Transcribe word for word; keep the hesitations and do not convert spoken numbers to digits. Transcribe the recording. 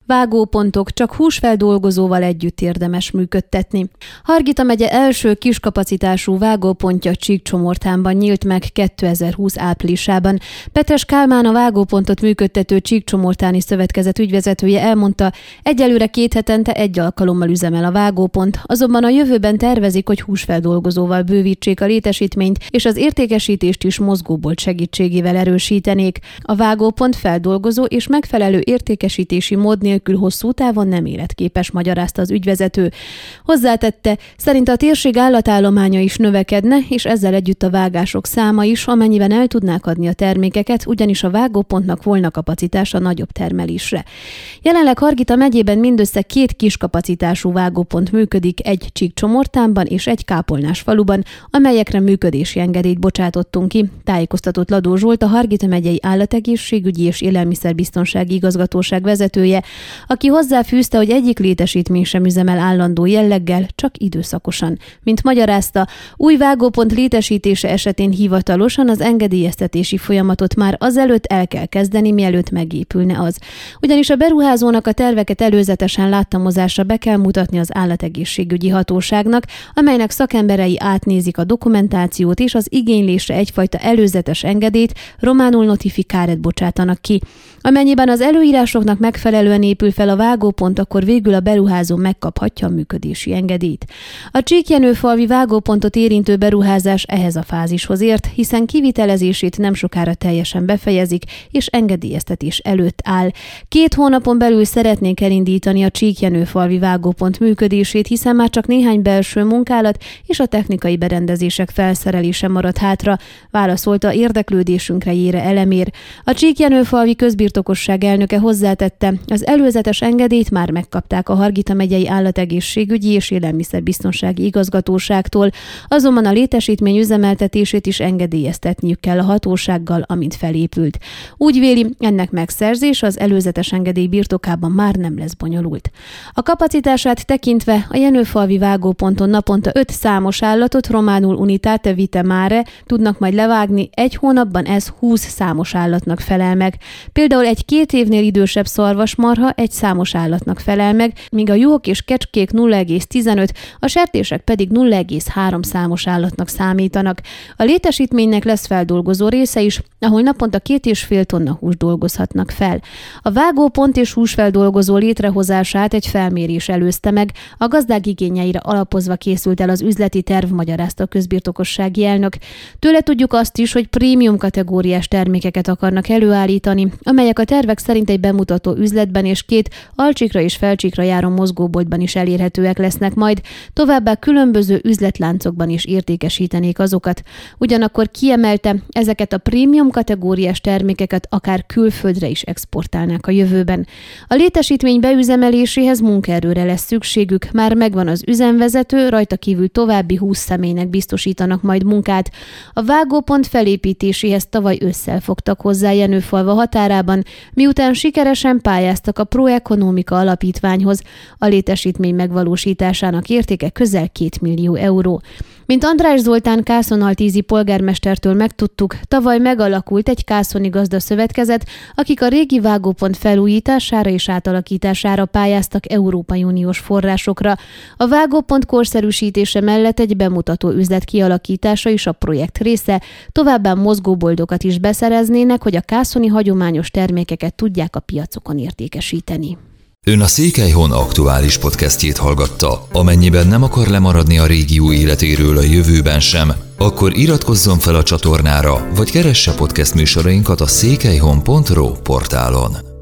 Vágópontok csak húsfeldolgozóval együtt érdemes működtetni. Hargita megye első kiskapacitású vágópontja Csíkcsomortánban nyílt meg kétezer-húsz áprilisában. Petes Kálmán, a vágópontot működtető Csíkcsomortáni szövetkezet ügyvezetője elmondta, egyelőre két hetente egy alkalommal üzemel a vágópont, azonban a jövőben tervezik, hogy húsfeldolgozóval bővítsék a létesítményt, és az értékesítést is mozgóbolt segítségével erősítenék. A vágópont feldolgozó és megfelelő értékesítési mód nélkül hosszú távon nem életképes, magyarázta az ügyvezető. Hozzátette, szerint a térség állatállománya is növekedne, és ezzel együtt a vágások száma is, amennyiben el tudnák adni a termékeket, ugyanis a vágópontnak volna kapacitása nagyobb termelésre. Jelenleg Hargita megyében mindössze két kiskapacitású vágópont működik, egy Csíkcsomortánban és egy Kápolnásfaluban, amelyekre működési engedélyt bocsátottunk ki, tájékoztatott Ladó Zsolt, a Hargita megyei Állategészségügyi és Élelmiszerbiztonsági Igazgatóság vezetője, aki hozzáfűzte, hogy egyik létesítmény sem üzemel állandó jelleggel, csak időszakosan. Mint magyarázta, új vágópont létesítése esetén hivatalosan az engedélyeztetési folyamatot már azelőtt el kell kezdeni, mielőtt megépülne az. Ugyanis a beruházónak a terveket előzetesen láttamozásra be kell mutatni az Állategészségügyi Hatóságnak, amelynek szakemberei átnézik a dokumentációt és az igénylésre egyfajta előzetes engedélyt, románul notifikáret bocsátanak ki. Amennyiben az előírásoknak megfelelően épül fel a vágópont, akkor végül a beruházó megkaphatja a működési engedélyt. A Csíkjenőfalvi vágópontot érintő beruházás ehhez a fázishoz ért, hiszen kivitelezését nem sokára teljesen befejezik, és engedélyeztetés előtt áll. Két hónapon belül szeretnénk elindítani a Csíkjenőfalvi vágópont működését, hiszen már csak néhány belső munkálat és a technikai berendezések felszerelése maradt hátra, válaszolta érdeklődésünkre Jére Elemér. A Csíkjenőfalvi közbirtokosság elnöke hozzátette, az előzetes engedélyt már megkapták a Hargita megyei Állategészségügyi és Élelmiszerbiztonsági Igazgatóságtól, azonban a létesítmény üzemeltetését is engedélyeztetniük kell a hatósággal, amint felépült. Úgy véli, ennek megszerzése az előzetes engedély birtokában már nem lesz bonyolult. A kapacitását tekintve a Jenőfalvi vágóponton naponta öt számos állatot, románul unitate vite mare, tudnak majd levágni, egy hónapban ez húsz számos állatnak felel meg. Például egy két évnél idősebb szarvasmarha egy számos állatnak felel meg, míg a juhok és kecskék nulla egész tizenöt, a sertések pedig nulla egész három számos állatnak számítanak. A létesítménynek lesz feldolgozó része is, ahol naponta két és fél tonna húst dolgozhatnak fel. A vágópont és húsfeldolgozó létrehozását egy felmérés előzte meg, a gazdák igényeire alapozva készült el az üzleti terv, magyarázta a közbirtokossági elnök. Tőle tudjuk azt is, hogy prémium kategóriás termékeket akarnak előállítani, amelyek a tervek szerint egy bemutató üzletben és két alcsíkra és felcsíkra járó mozgóboltban is elérhetőek lesznek majd, továbbá különböző üzletláncokban is értékesítenék azokat. Ugyanakkor kiemelte, ezeket a prémium kategóriás termékeket akár külföldre is exportálnák a jövőben. A létesítmény beüzemeléséhez munkaerőre lesz szükségük, már megvan az üzemvezető, rajta kívül további húsz személynek biztosítanak majd munkát. A vágópont felépítéséhez tavaly ősszel fogtak hozzá Jenőfalva határában, miután sikeresen pályáztak a Proekonomika Alapítványhoz. A létesítmény megvalósításának értéke közel két millió euró. Mint András Zoltán kászonaltízi polgármestertől megtudtuk, tavaly megalakult egy kászoni gazdaszövetkezet, akik a régi vágópont felújítására és átalakítására pályáztak Európai Uniós forrásokra. A vágópont korszerűsítése mellett egy bemutató üzlet kialakítása is a projekt része, továbbá mozgóboldokat is beszereznének, hogy a kászoni hagyományos termékeket tudják a piacokon értékesíteni. Ön a Székelyhon aktuális podcastjét hallgatta. Amennyiben nem akar lemaradni a régió életéről a jövőben sem, akkor iratkozzon fel a csatornára, vagy keresse podcast műsorainkat a székelyhon pont ro portálon.